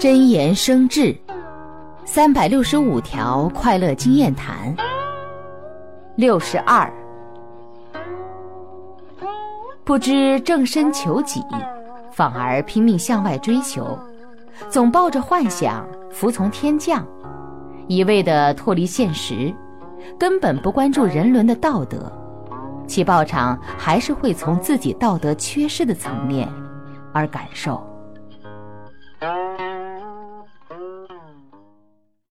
真言生智，365条快乐经验谈。62，不知正身求己，反而拼命向外追求，总抱着幻想服从天降，一味地脱离现实，根本不关注人伦的道德，其报偿还是会从自己道德缺失的层面而感受。